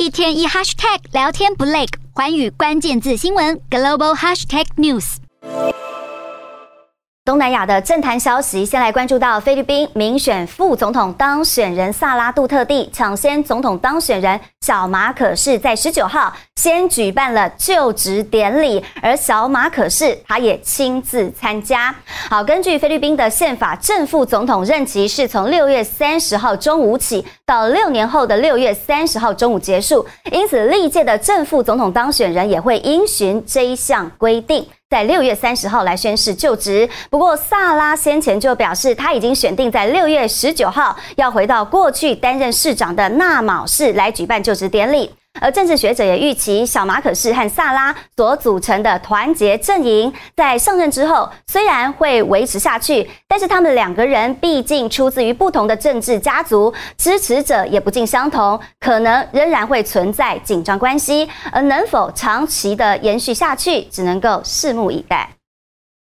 一天一 hashtag 聊天不累，寰宇关键字新闻 global hashtag news。 东南亚的政坛消息，先来关注到菲律宾民选副总统当选人萨拉杜特地抢先总统当选人小马可仕在19号先举办了就职典礼，而小马可仕他也亲自参加。好，根据菲律宾的宪法，正副总统任期是从6月30号中午起到6年后的6月30号中午结束，因此历届的正副总统当选人也会因循这一项规定，在6月30号来宣誓就职。不过萨拉先前就表示，他已经选定在6月19号要回到过去担任市长的纳卯市来举办就职典礼。而政治学者也预期，小马可仕和萨拉所组成的团结阵营在上任之后虽然会维持下去，但是他们两个人毕竟出自于不同的政治家族，支持者也不尽相同，可能仍然会存在紧张关系，而能否长期的延续下去，只能够拭目以待。